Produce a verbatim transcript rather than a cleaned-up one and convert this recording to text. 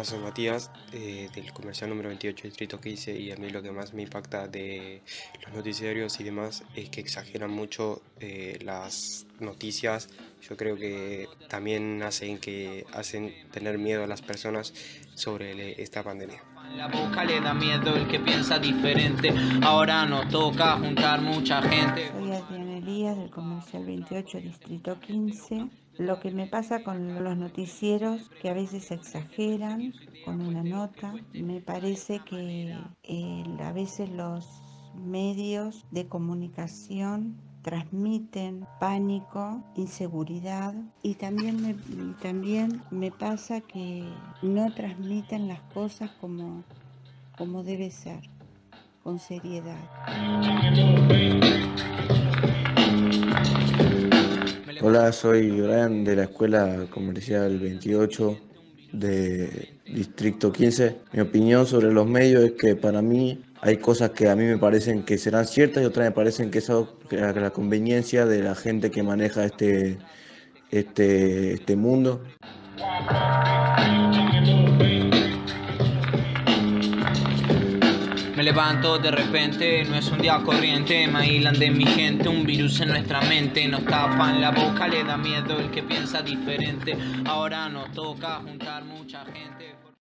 soy Matías, eh, del comercial número veintiocho, distrito quince, y a mí lo que más me impacta de los noticiarios y demás es que exageran mucho eh, las noticias. Yo creo que también hacen que hacen tener miedo a las personas sobre le- esta pandemia. La boca le da miedo el que piensa diferente. Ahora nos toca juntar mucha gente. Soy Adriana Elías del Comercial veintiocho, Distrito quince. Lo que me pasa con los noticieros, que a veces exageran con una nota, me parece que eh, a veces los medios de comunicación transmiten pánico, inseguridad y también me, y también me pasa que no transmiten las cosas como, como debe ser, con seriedad. Hola, soy Brian de la Escuela Comercial veintiocho de Distrito quince. Mi opinión sobre los medios es que para mí hay cosas que a mí me parecen que serán ciertas y otras me parecen que es algo que la, que la conveniencia de la gente que maneja este, este, este mundo. Me levanto de repente, no es un día corriente. Me aíslan de mi gente, un virus en nuestra mente. Nos tapan la boca, le da miedo el que piensa diferente. Ahora nos toca juntar mucha gente.